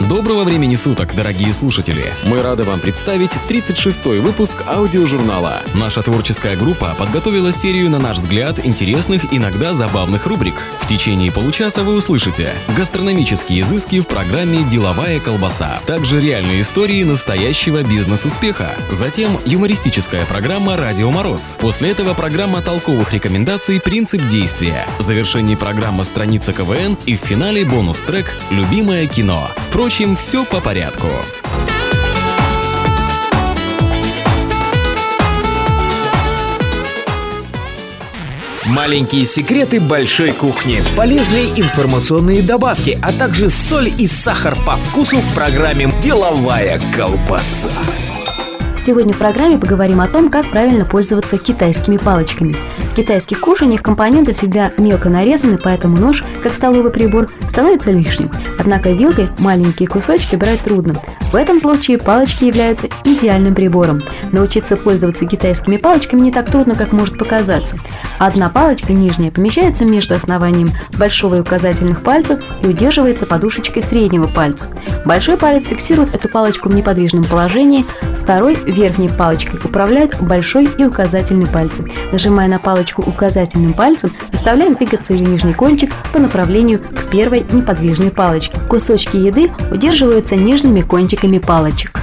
Доброго времени суток, дорогие слушатели! Мы рады вам представить 36-й выпуск аудиожурнала. Наша творческая группа подготовила серию, на наш взгляд, интересных, иногда забавных рубрик. В течение получаса вы услышите гастрономические изыски в программе «Деловая колбаса», также реальные истории настоящего бизнес-успеха. Затем юмористическая программа «Радио Мороз». После этого программа толковых рекомендаций «Принцип действия». В завершении программа «Страница КВН» и в финале бонус-трек «Любимое кино». Впрочем, все по порядку. Маленькие секреты большой кухни, полезные информационные добавки, а также соль и сахар по вкусу в программе «Деловая колбаса». Сегодня в программе поговорим о том, как правильно пользоваться китайскими палочками. В китайских кушаньях компоненты всегда мелко нарезаны, поэтому нож, как столовый прибор, становится лишним. Однако вилкой маленькие кусочки брать трудно. В этом случае палочки являются идеальным прибором. Научиться пользоваться китайскими палочками не так трудно, как может показаться. Одна палочка, нижняя, помещается между основанием большого и указательных пальцев и удерживается подушечкой среднего пальца. Большой палец фиксирует эту палочку в неподвижном положении, второй верхней палочкой управляет большой и указательный пальцем. Нажимая на палочку указательным пальцем, заставляем двигаться ее нижний кончик по направлению к первой неподвижной палочке. Кусочки еды удерживаются нижними кончиками палочек.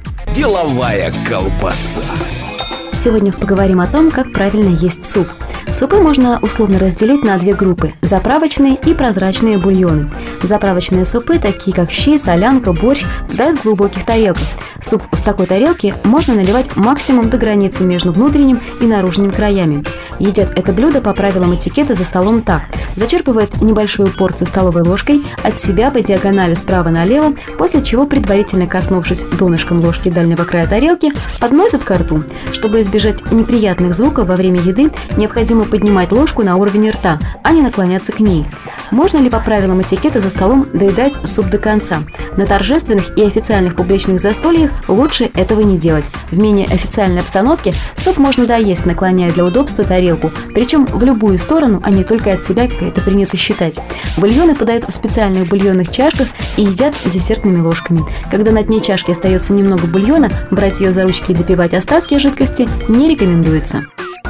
Деловая колбаса. Сегодня поговорим о том, как правильно есть суп. Супы можно условно разделить на две группы – заправочные и прозрачные бульоны. Заправочные супы, такие как щи, солянка, борщ, дают в глубоких тарелках. Суп в такой тарелке можно наливать максимум до границы между внутренним и наружными краями. Едят это блюдо по правилам этикета за столом так. Зачерпывают небольшую порцию столовой ложкой от себя по диагонали справа налево, после чего, предварительно коснувшись донышком ложки дальнего края тарелки, подносят ко рту. Чтобы избежать неприятных звуков во время еды, необходимо поднимать ложку на уровень рта, а не наклоняться к ней. Можно ли по правилам этикета за столом доедать суп до конца? На торжественных и официальных публичных застольях лучше этого не делать. В менее официальной обстановке суп можно доесть, наклоняя для удобства тарелку, причем в любую сторону, а не только от себя, как это принято считать. Бульоны подают в специальных бульонных чашках и едят десертными ложками. Когда на дне чашки остается немного бульона, брать ее за ручки и допивать остатки жидкости не рекомендуется.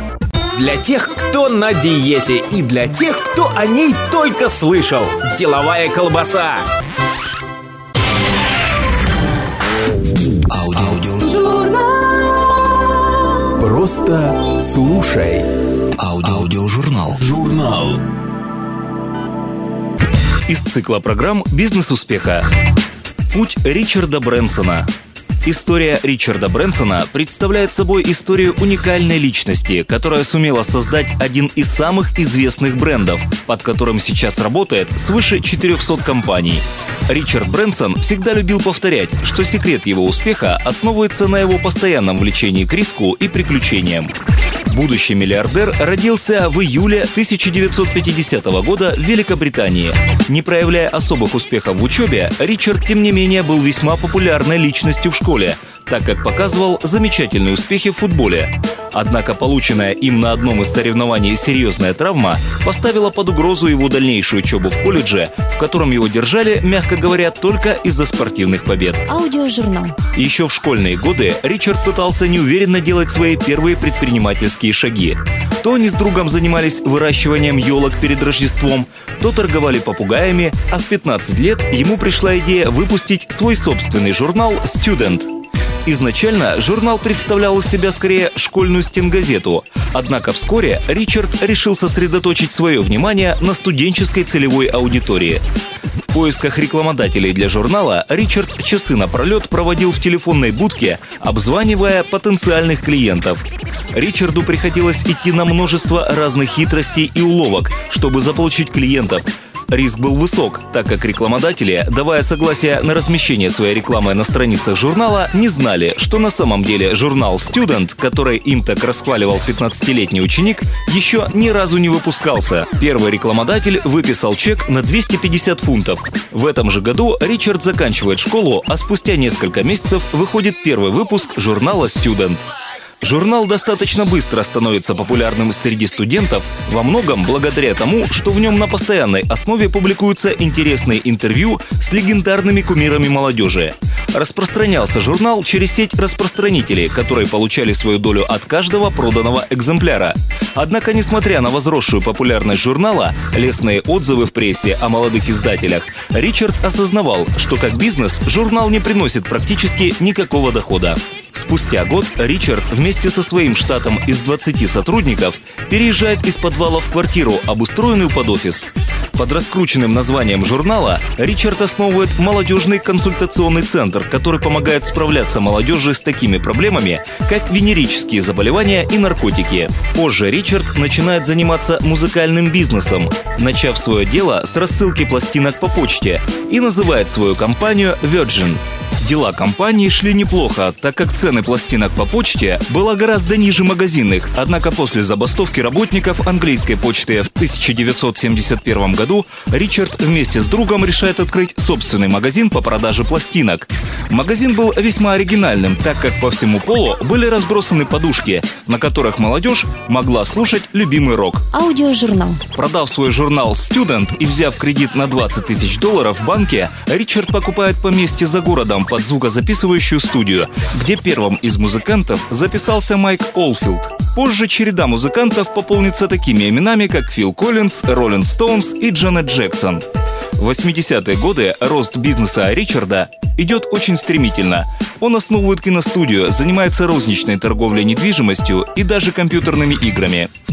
Для тех, кто на диете, и для тех, кто о ней только слышал. Деловая колбаса. Аудиожурнал. Просто слушай. Аудиожурнал. Журнал. Из цикла программ «Бизнес успеха». Путь Ричарда Брэнсона. История Ричарда Брэнсона представляет собой историю уникальной личности, которая сумела создать один из самых известных брендов, под которым сейчас работает свыше 400 компаний. Ричард Брэнсон всегда любил повторять, что секрет его успеха основывается на его постоянном влечении к риску и приключениям. Будущий миллиардер родился в июле 1950 года в Великобритании. Не проявляя особых успехов в учебе, Ричард, тем не менее, был весьма популярной личностью в школе, так как показывал замечательные успехи в футболе. Однако полученная им на одном из соревнований серьезная травма поставила под угрозу его дальнейшую учебу в колледже, в котором его держали, мягко говоря, только из-за спортивных побед. Аудиожурнал. Еще в школьные годы Ричард пытался неуверенно делать свои первые предпринимательские шаги. То они с другом занимались выращиванием елок перед Рождеством, то торговали попугаями, а в 15 лет ему пришла идея выпустить свой собственный журнал «Student». Изначально журнал представлял из себя скорее школьную стенгазету, однако вскоре Ричард решил сосредоточить свое внимание на студенческой целевой аудитории. В поисках рекламодателей для журнала Ричард часы напролет проводил в телефонной будке, обзванивая потенциальных клиентов. Ричарду приходилось идти на множество разных хитростей и уловок, чтобы заполучить клиентов. Риск был высок, так как рекламодатели, давая согласие на размещение своей рекламы на страницах журнала, не знали, что на самом деле журнал «Student», который им так расхваливал 15-летний ученик, еще ни разу не выпускался. Первый рекламодатель выписал чек на 250 фунтов. В этом же году Ричард заканчивает школу, а спустя несколько месяцев выходит первый выпуск журнала «Student». Журнал достаточно быстро становится популярным среди студентов, во многом благодаря тому, что в нем на постоянной основе публикуются интересные интервью с легендарными кумирами молодежи. Распространялся журнал через сеть распространителей, которые получали свою долю от каждого проданного экземпляра. Однако, несмотря на возросшую популярность журнала, лестные отзывы в прессе о молодых издателях, Ричард осознавал, что как бизнес журнал не приносит практически никакого дохода. Спустя год Ричард вместе со своим штатом из 20 сотрудников переезжает из подвала в квартиру, обустроенную под офис. Под раскрученным названием журнала Ричард основывает молодежный консультационный центр, который помогает справляться молодежи с такими проблемами, как венерические заболевания и наркотики. Позже Ричард начинает заниматься музыкальным бизнесом, начав свое дело с рассылки пластинок по почте, и называет свою компанию Virgin. Дела компании шли неплохо, так как цены пластинок по почте была гораздо ниже магазинных, однако после забастовки работников английской почты в 1971 году Ричард вместе с другом решает открыть собственный магазин по продаже пластинок. Магазин был весьма оригинальным, так как по всему полу были разбросаны подушки, на которых молодежь могла слушать любимый рок. Аудиожурнал. Продав свой журнал «Студент» и взяв кредит на $20 000 в банке, Ричард покупает поместье за городом под звукозаписывающую студию, где первым из музыкантов записался Майк Олфилд. Позже череда музыкантов пополнится такими именами, как Фил Коллинз, Роллинг Стоунс и Джанет Джексон. В 80-е годы рост бизнеса Ричарда идет очень стремительно. Он основывает киностудию, занимается розничной торговлей недвижимостью и даже компьютерными играми. В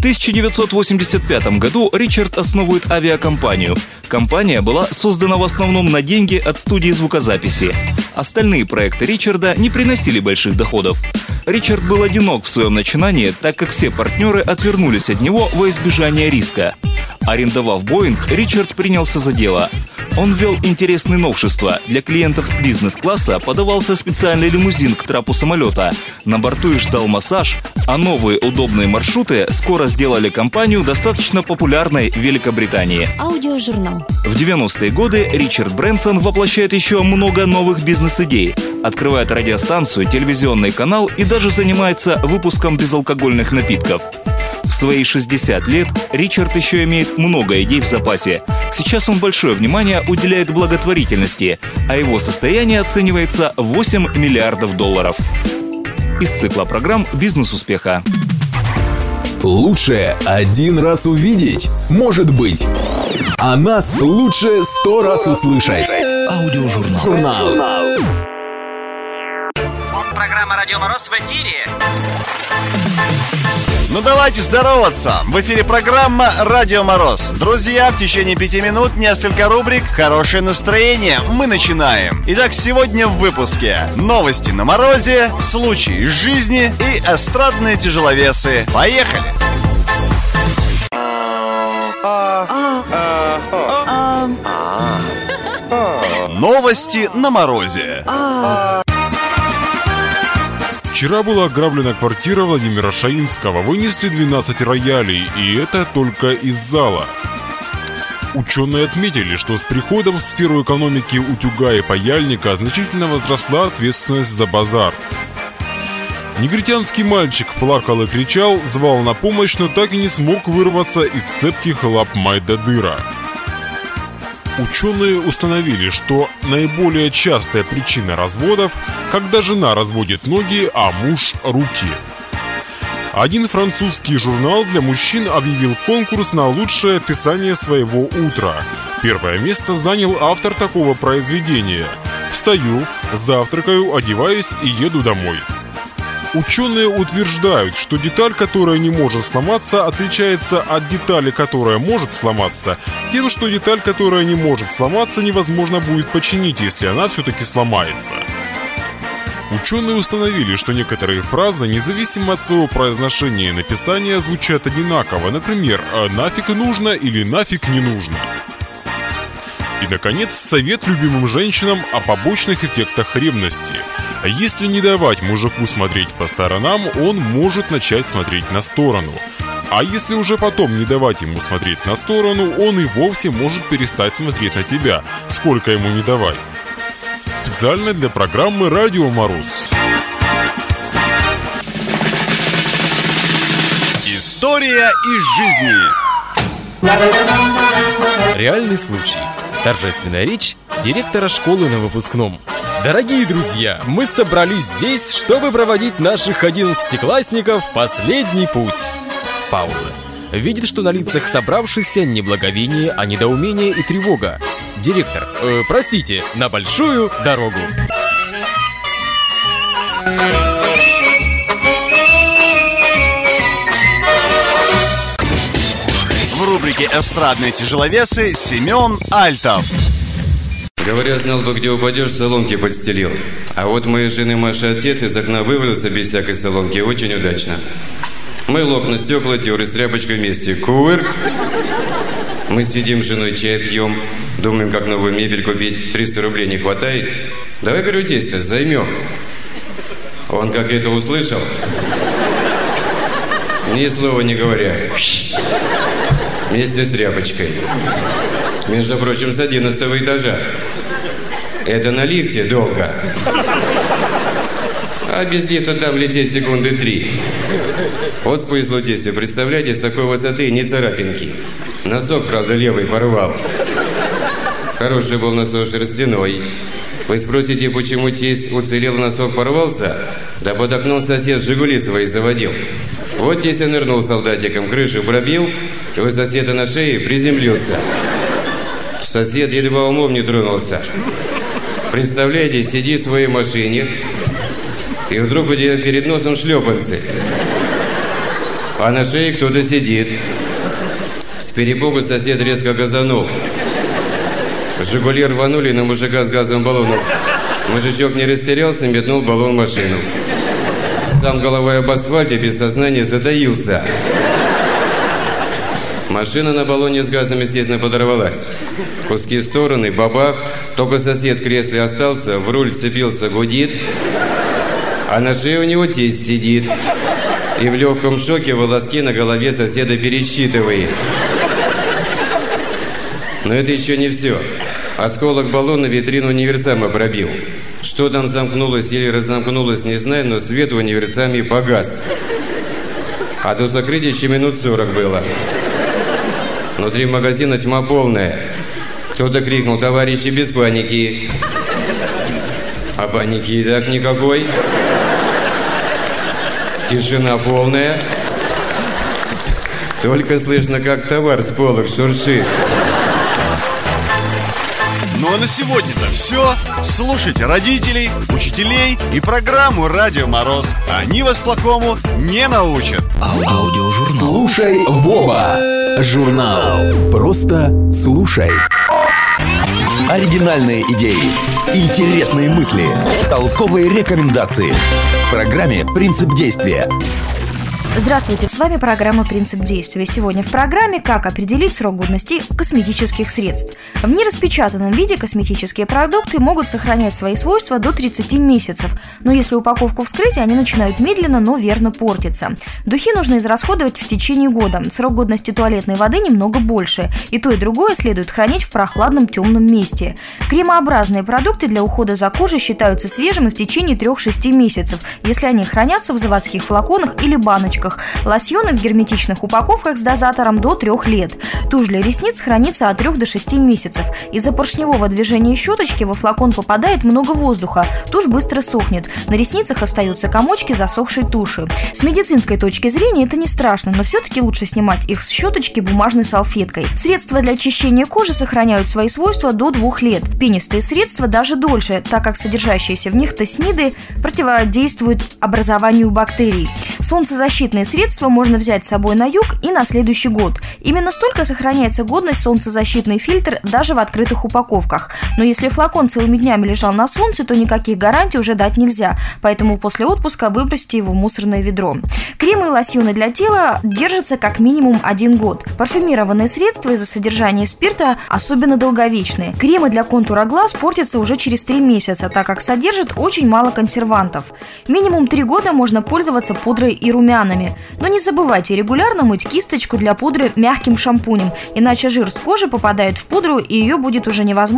1985 году Ричард основывает авиакомпанию. Компания была создана в основном на деньги от студии звукозаписи. Остальные проекты Ричарда не приносили больших доходов. Ричард был одинок в своем начинании, так как все партнеры отвернулись от него во избежание риска. Арендовав Боинг, Ричард принялся за дело. Он ввел интересные новшества. Для клиентов бизнес-класса подавался специальный лимузин к трапу самолета. На борту их ждал массаж, а новые удобные маршруты скоро сделали компанию достаточно популярной в Великобритании. Аудиожурнал. В 90-е годы Ричард Брэнсон воплощает еще много новых бизнес-идей. Открывает радиостанцию, телевизионный канал и даже занимается выпуском безалкогольных напитков. В свои 60 лет Ричард еще имеет много идей в запасе. Сейчас он большое внимание уделяет благотворительности, а его состояние оценивается в $8 миллиардов. Из цикла программ «Бизнес успеха». Лучше один раз увидеть, может быть. А нас лучше 100 раз услышать. Аудиожурнал. Программа «Радио Мороз» в эфире. Ну давайте здороваться! В эфире программа «Радио Мороз». Друзья, в течение 5 минут несколько рубрик «Хорошее настроение». Мы начинаем. Итак, сегодня в выпуске новости на морозе, случаи из жизни и эстрадные тяжеловесы. Поехали! Новости на морозе. Вчера была ограблена квартира Владимира Шаинского. Вынесли 12 роялей, и это только из зала. Ученые отметили, что с приходом в сферу экономики утюга и паяльника значительно возросла ответственность за базар. Негритянский мальчик плакал и кричал, звал на помощь, но так и не смог вырваться из цепких лап Майдадыра. Ученые установили, что наиболее частая причина разводов, когда жена разводит ноги, а муж – руки. Один французский журнал для мужчин объявил конкурс на лучшее описание своего утра. Первое место занял автор такого произведения. «Встаю, завтракаю, одеваюсь и еду домой». Ученые утверждают, что деталь, которая не может сломаться, отличается от детали, которая может сломаться, тем, что деталь, которая не может сломаться, невозможно будет починить, если она все-таки сломается. Ученые установили, что некоторые фразы, независимо от своего произношения и написания, звучат одинаково. Например, «нафиг нужно» или «нафиг не нужно». И, наконец, совет любимым женщинам о побочных эффектах ревности. Если не давать мужику смотреть по сторонам, он может начать смотреть на сторону. А если уже потом не давать ему смотреть на сторону, он и вовсе может перестать смотреть на тебя, сколько ему не давай. Специально для программы «Радио Мороз». История из жизни. Реальный случай. Торжественная речь директора школы на выпускном. Дорогие друзья, мы собрались здесь, чтобы проводить наших 11-классников в последний путь. Пауза. Видит, что на лицах собравшихся не благовение, а недоумение и тревога. Директор, простите, на большую дорогу. В рубрике «Эстрадные тяжеловесы» Семен Альтов. Говоря, знал бы, где упадешь, соломки подстелил. А вот моей жены Маши отец из окна вывалился без всякой соломки. Очень удачно. Мыл окна, стекла тер и с тряпочкой вместе. Кувырк. Мы сидим с женой, чай пьем. Думаем, как новую мебель купить. 300 рублей не хватает. Давай, говорю, тестя, займем. Он как это услышал, ни слова не говоря, вместе с тряпочкой. Между прочим, с 11-го этажа. Это на лифте долго. А без лифта там лететь секунды 3. Вот повезло тестю, представляете, с такой высоты ни царапинки. Носок, правда, левый порвал. Хороший был носок шерстяной. Вы спросите, почему тесть уцелел, носок порвался? Да под окном сосед «Жигули» свои заводил. Вот тесть нырнул солдатиком, крышу пробил, и у соседа на шее приземлился. Сосед едва умом не тронулся. Представляете, сидит в своей машине, и вдруг у тебя перед носом шлепанцы, а на шее кто-то сидит. С перепугу сосед резко газанул. «Жигули» рванули на мужика с газовым баллоном. Мужичок не растерялся, метнул баллон в машину. Сам головой об асфальте без сознания затаился. Машина на баллоне с газом, естественно, подорвалась. Куски в стороны, бабах. Только сосед в кресле остался, в руль вцепился, гудит. А на шее у него тесть сидит. И в легком шоке волоски на голове соседа пересчитывает. Но это еще не все. Осколок баллона витрину универсама пробил. Что там замкнулось или разомкнулось, не знаю, но свет в универсаме погас. А до закрытия еще минут 40 было. Внутри магазина тьма полная. Кто-то крикнул: «Товарищи, без паники». А паники и так никакой. Тишина полная. Только слышно, как товар с полок шуршит. Ну а на сегодня-то все. Слушайте родителей, учителей и программу «Радио Мороз». Они вас плохому не научат. Аудиожурнал. Слушай, Вова. Журнал. Просто слушай. Оригинальные идеи, интересные мысли, толковые рекомендации. В программе «Принцип действия». Здравствуйте, с вами программа «Принцип действия». Сегодня в программе «Как определить срок годности косметических средств». В нераспечатанном виде косметические продукты могут сохранять свои свойства до 30 месяцев, но если упаковку вскрыть, они начинают медленно, но верно портиться. Духи нужно израсходовать в течение года. Срок годности туалетной воды немного больше, и то, и другое следует хранить в прохладном темном месте. Кремообразные продукты для ухода за кожей считаются свежими в течение 3-6 месяцев, если они хранятся в заводских флаконах или баночках. Лосьоны в герметичных упаковках с дозатором до 3 лет. Тушь для ресниц хранится от 3 до 6 месяцев. Из-за поршневого движения щеточки во флакон попадает много воздуха. Тушь быстро сохнет. На ресницах остаются комочки засохшей туши. С медицинской точки зрения это не страшно, но все-таки лучше снимать их с щеточки бумажной салфеткой. Средства для очищения кожи сохраняют свои свойства до 2 лет. Пенистые средства даже дольше, так как содержащиеся в них тесниды противодействуют образованию бактерий. Солнцезащитные средства можно взять с собой на юг и на следующий год. Именно столько сохраняется годность солнцезащитный фильтр даже в открытых упаковках. Но если флакон целыми днями лежал на солнце, то никаких гарантий уже дать нельзя, поэтому после отпуска выбросьте его в мусорное ведро. Кремы и лосьоны для тела держатся как минимум 1 год. Парфюмированные средства из-за содержания спирта особенно долговечные. Кремы для контура глаз портятся уже через 3 месяца, так как содержат очень мало консервантов. Минимум 3 года можно пользоваться пудрой и румянами. Но не забывайте регулярно мыть кисточку для пудры мягким шампунем, иначе жир с кожи попадает в пудру, и ее будет уже невозможно равномерно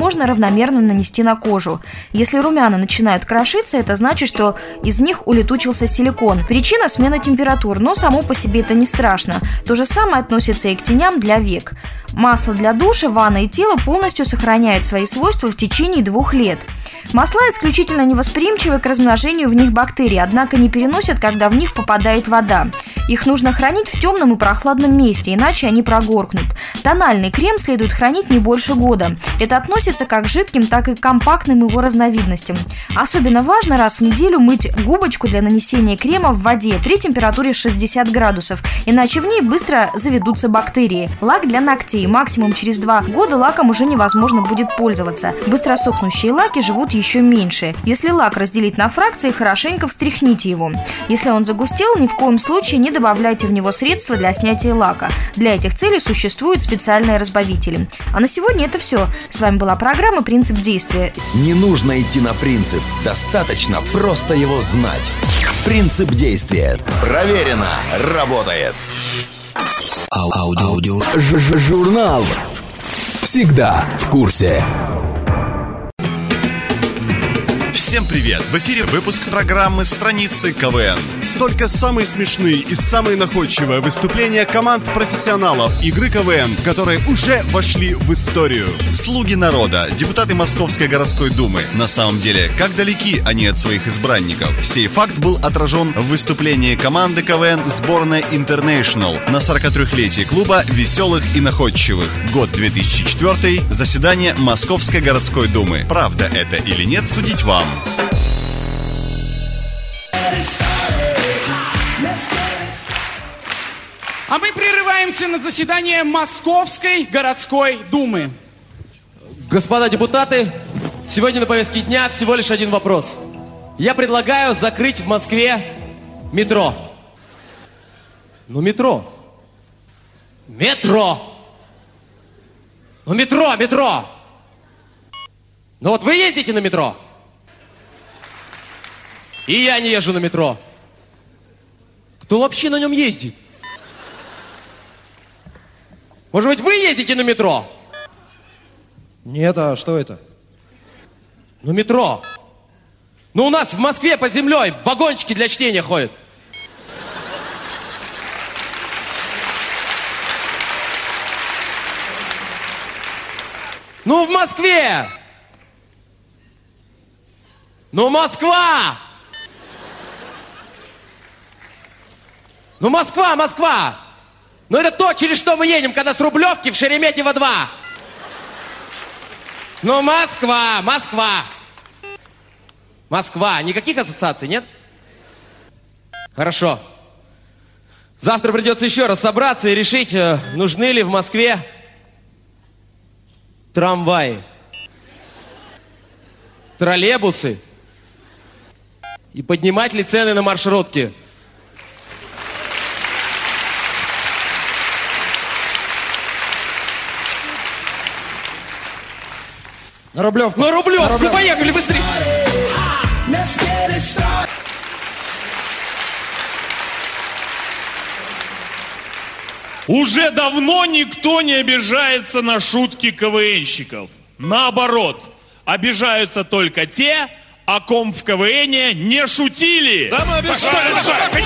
равномерно нанести на кожу. Если румяна начинают крошиться, это значит, что из них улетучился силикон. Причина – смена температур, но само по себе это не страшно. То же самое относится и к теням для век. Масло для душа, ванна и тела полностью сохраняют свои свойства в течение 2 лет. Масла исключительно невосприимчивы к размножению в них бактерий, однако не переносят, когда в них попадает вода. Их нужно хранить в темном и прохладном месте, иначе они прогоркнут. Тональный крем следует хранить не больше года. Это относится как к жидким, так и к компактным его разновидностям. Особенно важно раз в неделю мыть губочку для нанесения крема в воде при температуре 60 градусов, иначе в ней быстро заведутся бактерии. Лак для ногтей. Максимум через 2 года лаком уже невозможно будет пользоваться. Быстросохнущие лаки живут еще меньше. Если лак разделить на фракции, хорошенько встряхните его. Если он загустел, ни в коем случае не добавляйте в него средства для снятия лака. Для этих целей существуют специальные разбавители. А на сегодня это все. С вами была программа «Принцип действия». Не нужно идти на принцип, достаточно просто его знать. Принцип действия. Проверено. Работает. Журнал. Всегда в курсе. Всем привет! В эфире выпуск программы «Страницы КВН». Только самые смешные и самые находчивые выступления команд профессионалов игры КВН, которые уже вошли в историю. Слуги народа, депутаты Московской городской думы. На самом деле, как далеки они от своих избранников? Сей факт был отражен в выступлении команды КВН сборной International на 43-летии клуба «Веселых и находчивых». Год 2004, заседание Московской городской думы. Правда это или нет, судить вам. А мы прерываемся на заседание Московской городской думы. Господа депутаты, сегодня на повестке дня всего лишь один вопрос. Я предлагаю закрыть в Москве метро. Ну, метро. Метро. Ну, метро. Ну, вот вы ездите на метро? И я не езжу на метро. Кто вообще на нем ездит? Может быть, вы ездите на метро? Нет, а что это? Ну, метро. Ну, у нас в Москве под землей вагончики для чтения ходят. Ну, в Москве. Ну, Москва. Ну, Москва. Ну, это то, через что мы едем, когда с Рублевки в Шереметьево-2. Ну, Москва. Никаких ассоциаций, нет? Хорошо. Завтра придется еще раз собраться и решить, нужны ли в Москве трамваи, троллейбусы и поднимать ли цены на маршрутки. На Рублевку. Поехали быстрее. Уже давно никто не обижается на шутки КВНщиков. Наоборот, обижаются только те, о ком в КВНе не шутили. Да мы обижаемся.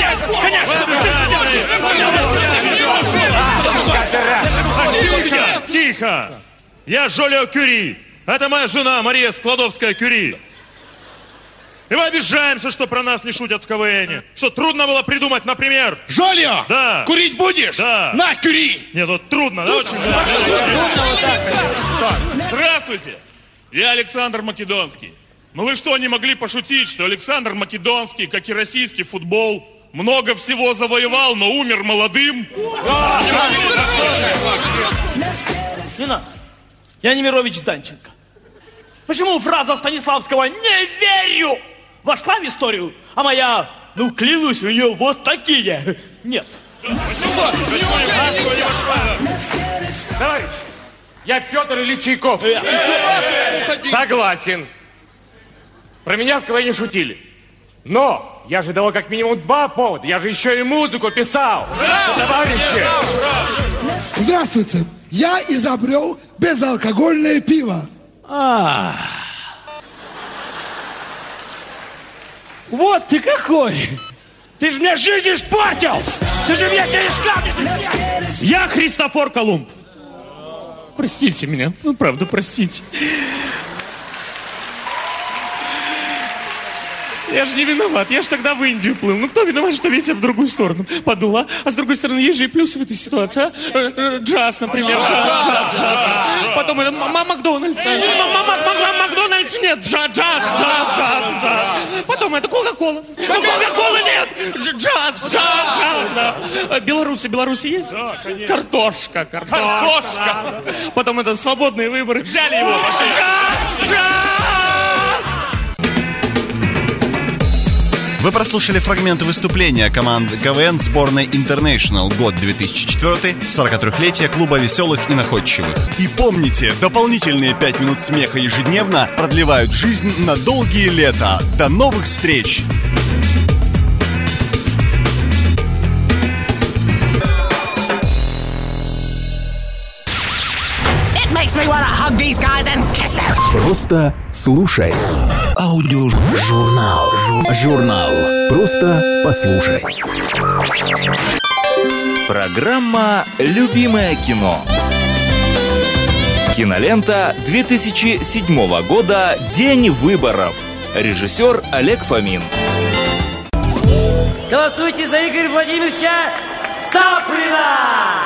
Тихо. Я Жолио Кюри. Это моя жена Мария Складовская-Кюри. И мы обижаемся, что про нас не шутят в КВНе. Что трудно было придумать, например... Жолио! Да. Курить будешь? Да. На, кюри! Нет, вот трудно, да, очень? Здравствуйте! Я Александр Македонский. Ну вы что, не могли пошутить, что Александр Македонский, как и российский футбол, много всего завоевал, но умер молодым? Не надо. Я Немирович Данченко. Почему фраза Станиславского «не верю» вошла в историю, а моя «ну клянусь, у нее вот такие» нет? Товарищ, я Петр Ильич Чайковский. Согласен. Про меня в КВН шутили. Но я же дал как минимум 2 повода. Я же еще и музыку писал. Товарищи. Здравствуйте. Я изобрел безалкогольное пиво. Вот ты какой! Ты же мне жизнь испортил! Ты же мне корешками! Я Христофор Колумб. Простите меня, ну правда, простите. Я же не виноват, я же тогда в Индию плыл. Ну кто виноват, что ветер в другую сторону подул, а? А с другой стороны, есть же и плюсы в этой ситуации, а? Джаз, например, джаз. Потом это Макдональдс. Макдональдс нет, джаз. Потом это Кока-Кола. Кока-Колы нет, джаз. Да. Белорусы есть? Да, конечно. Картошка. Потом это свободные выборы. Взяли его, пошли. Джаз. Вы прослушали фрагменты выступления команды КВН сборной International год 2004, 43-летие клуба веселых и находчивых. И помните, дополнительные 5 минут смеха ежедневно продлевают жизнь на долгие лета. До новых встреч! Просто слушай. Аудиожурнал. Журнал. Просто послушай. Программа «Любимое кино». Кинолента 2007 года «День выборов». Режиссер Олег Фомин. Голосуйте за Игоря Владимировича Цаплина!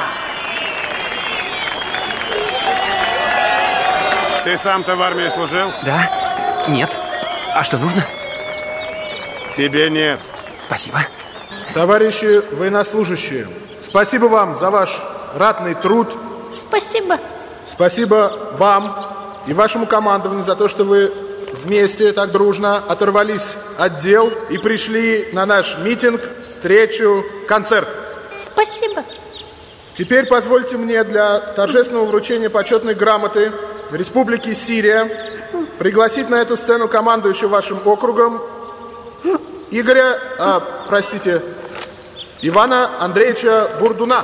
Ты сам-то в армии служил? Да. Нет. А что нужно? Тебе нет. Спасибо. Товарищи военнослужащие, спасибо вам за ваш ратный труд. Спасибо. Спасибо вам и вашему командованию за то, что вы вместе так дружно оторвались от дел и пришли на наш митинг, встречу, концерт. Спасибо. Теперь позвольте мне для торжественного вручения почетной грамоты Республики Сирия пригласить на эту сцену командующего вашим округом Ивана Андреевича Бурдуна,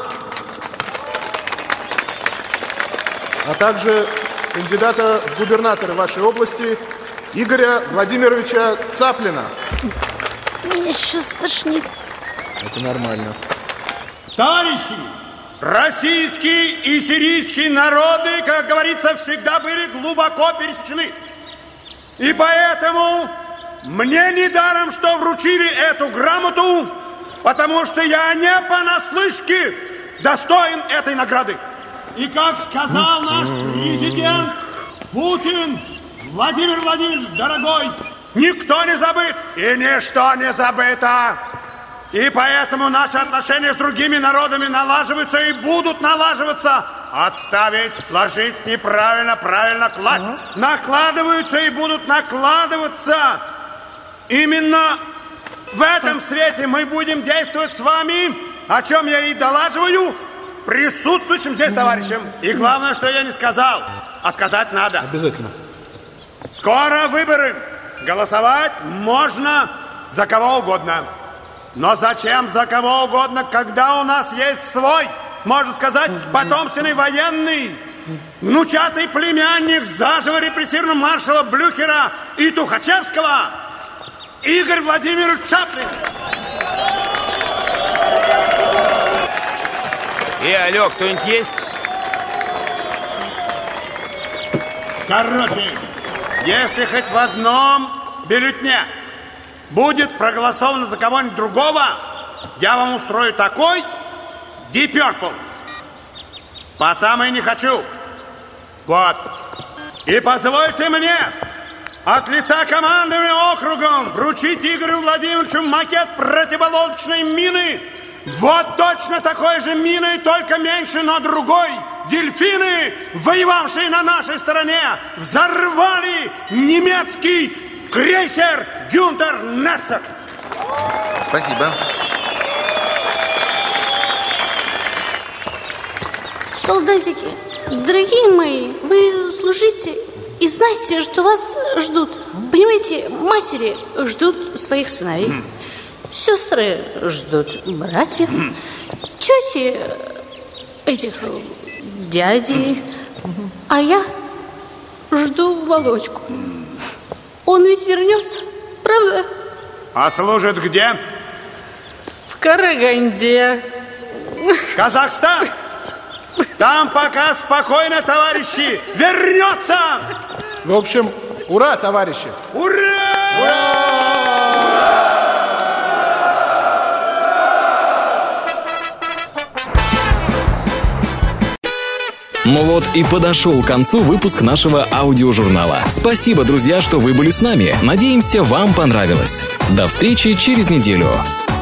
а также кандидата в губернаторы вашей области Игоря Владимировича Цаплина. Меня сейчас тошнит. Это нормально. Товарищи, российские и сирийские народы, как говорится, всегда были глубоко пересечены. И поэтому мне недаром, что вручили эту грамоту, потому что я не понаслышке достоин этой награды. И как сказал наш президент Путин, Владимир Владимирович, дорогой, никто не забыт и ничто не забыто. И поэтому наши отношения с другими народами налаживаются и будут налаживаться. Отставить, ложить неправильно, правильно класть. Накладываются и будут накладываться. Именно в этом свете мы будем действовать с вами, о чем я и долаживаю присутствующим здесь товарищам. И главное, что я не сказал, а сказать надо. Обязательно. Скоро выборы. Голосовать можно за кого угодно. Но зачем за кого угодно, когда у нас есть свой, можно сказать, потомственный военный, внучатый племянник заживо репрессированного маршала Блюхера и Тухачевского, Игорь Владимирович Цаплин. Алло, кто-нибудь есть? Короче, если хоть в одном бюллетне будет проголосовано за кого-нибудь другого, я вам устрою такой Deep Purple. По самой не хочу. Вот. И позвольте мне от лица командования округом вручить Игорю Владимировичу макет противолодочной мины. Вот точно такой же миной, только меньше, но другой. Дельфины, воевавшие на нашей стороне, взорвали немецкий крейсер Гюнтер Нетцер. Спасибо. Солдатики, дорогие мои, вы служите и знаете, что вас ждут. Понимаете, матери ждут своих сыновей, сестры ждут братьев, тети этих дядей, а я жду Володьку. Он ведь вернется, правда? А служит где? В Караганде. Казахстан! Там пока спокойно, товарищи, вернется! В общем, ура, товарищи! Ну вот и подошел к концу выпуск нашего аудиожурнала. Спасибо, друзья, что вы были с нами. Надеемся, вам понравилось. До встречи через неделю.